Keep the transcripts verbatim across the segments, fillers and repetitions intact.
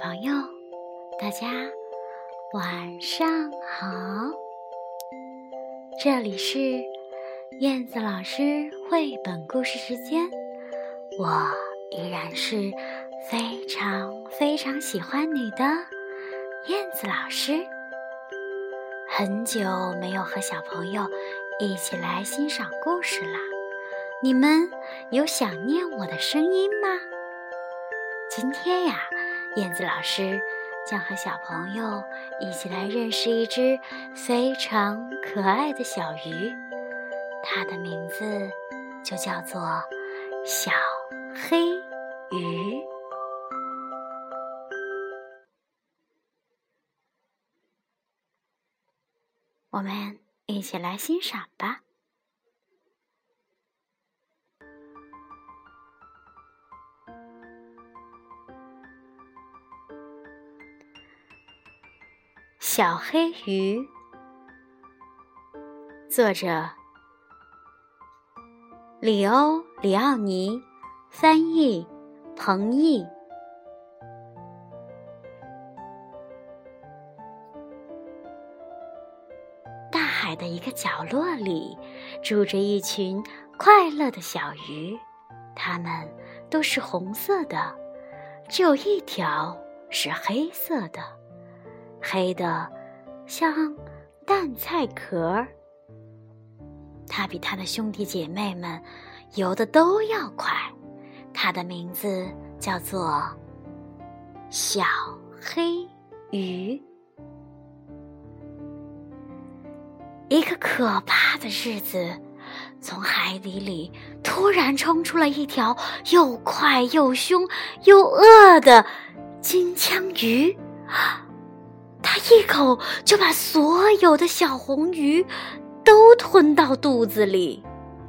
朋友，大家晚上好，这里是燕子老师绘本故事时间，我依然是非常非常喜欢你的燕子老师。很久没有和小朋友一起来欣赏故事了，你们有想念我的声音吗？今天呀，燕子老师将和小朋友一起来认识一只非常可爱的小鱼，它的名字就叫做小黑鱼。我们一起来欣赏吧。小黑鱼，作者里欧·里奥尼，翻译彭毅。大海的一个角落里，住着一群快乐的小鱼，它们都是红色的，只有一条是黑色的。黑的像蛋菜壳，它比它的兄弟姐妹们游得都要快，它的名字叫做小黑鱼。一个可怕的日子，从海底里突然冲出了一条又快又凶又饿的金枪鱼，它一口就把所有的小红鱼都吞到肚子里。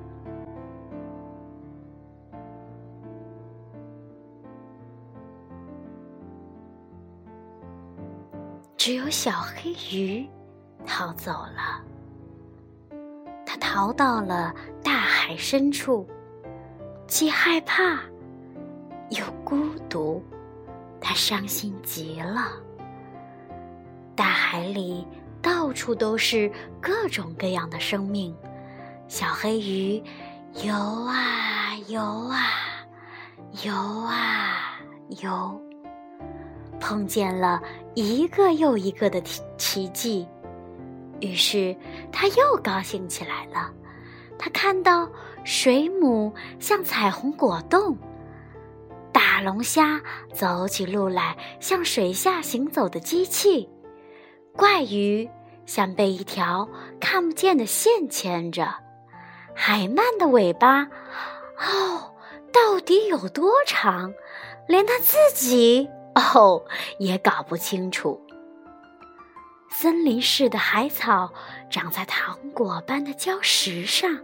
只有小黑鱼逃走了，它逃到了大海深处，既害怕又孤独，它伤心极了。大海里到处都是各种各样的生命，小黑鱼游啊游啊游啊游，碰见了一个又一个的奇迹，于是他又高兴起来了。他看到水母像彩虹果冻，大龙虾走起路来像水下行走的机器，怪鱼像被一条看不见的线牵着，海鳗的尾巴，哦，到底有多长，连它自己，哦，也搞不清楚。森林似的海草长在糖果般的礁石上，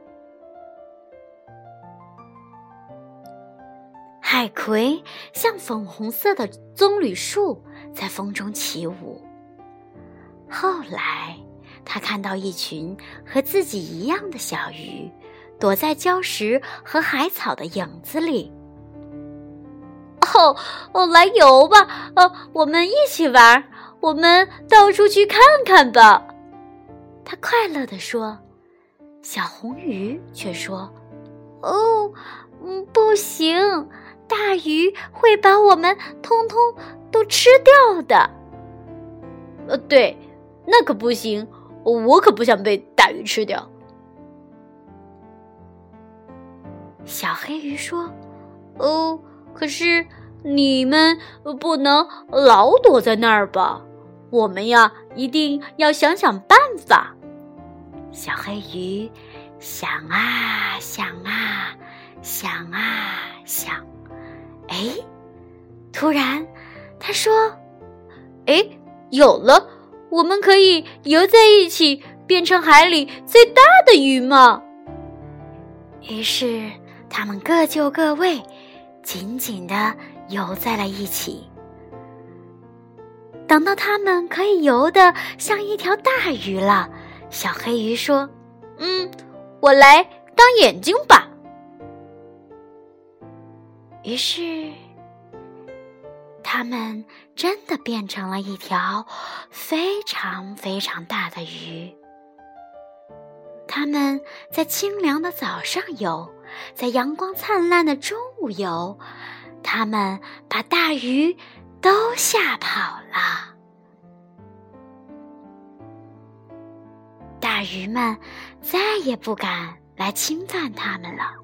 海葵像粉红色的棕榈树在风中起舞。后来他看到一群和自己一样的小鱼躲在礁石和海草的影子里。哦哦，来游吧，呃，我们一起玩，我们到处去看看吧，他快乐地说。小红鱼却说，哦，嗯，不行，大鱼会把我们通通都吃掉的。呃，对，那可不行，我可不想被大鱼吃掉。小黑鱼说，哦，可是你们不能老躲在那儿吧，我们呀一定要想想办法。小黑鱼想啊想啊想啊想，哎，突然他说，哎，有了，我们可以游在一起，变成海里最大的鱼吗？于是他们各就各位，紧紧地游在了一起。等到他们可以游得像一条大鱼了，小黑鱼说，嗯，我来当眼睛吧。于是他它们真的变成了一条非常非常大的鱼。它们在清凉的早上游，在阳光灿烂的中午游，它们把大鱼都吓跑了。大鱼们再也不敢来侵犯它们了。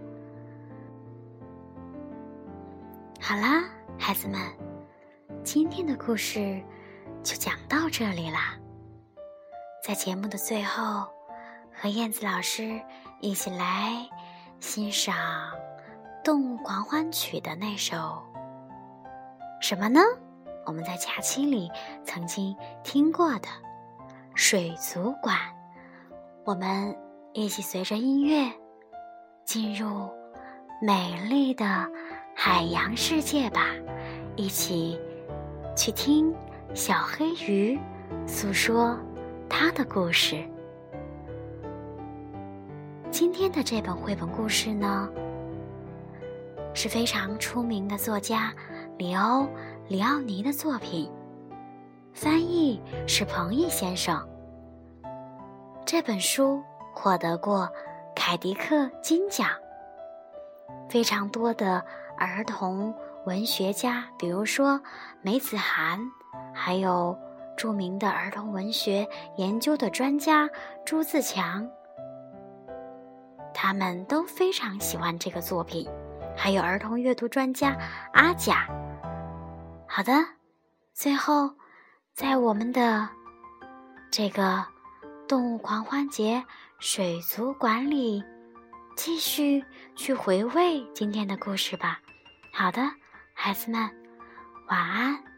好啦，孩子们，今天的故事就讲到这里啦。在节目的最后，和燕子老师一起来欣赏《动物狂欢曲》的那首什么呢？我们在假期里曾经听过的水族馆。我们一起随着音乐进入美丽的海洋世界吧，一起去听小黑鱼诉说它的故事。今天的这本绘本故事呢，是非常出名的作家里欧·里奥尼的作品，翻译是彭懿先生。这本书获得过凯迪克金奖，非常多的儿童文学家，比如说梅子涵，还有著名的儿童文学研究的专家朱自强，他们都非常喜欢这个作品，还有儿童阅读专家阿甲。好的，最后在我们的这个动物狂欢节水族馆里继续去回味今天的故事吧。好的，孩子们，晚安。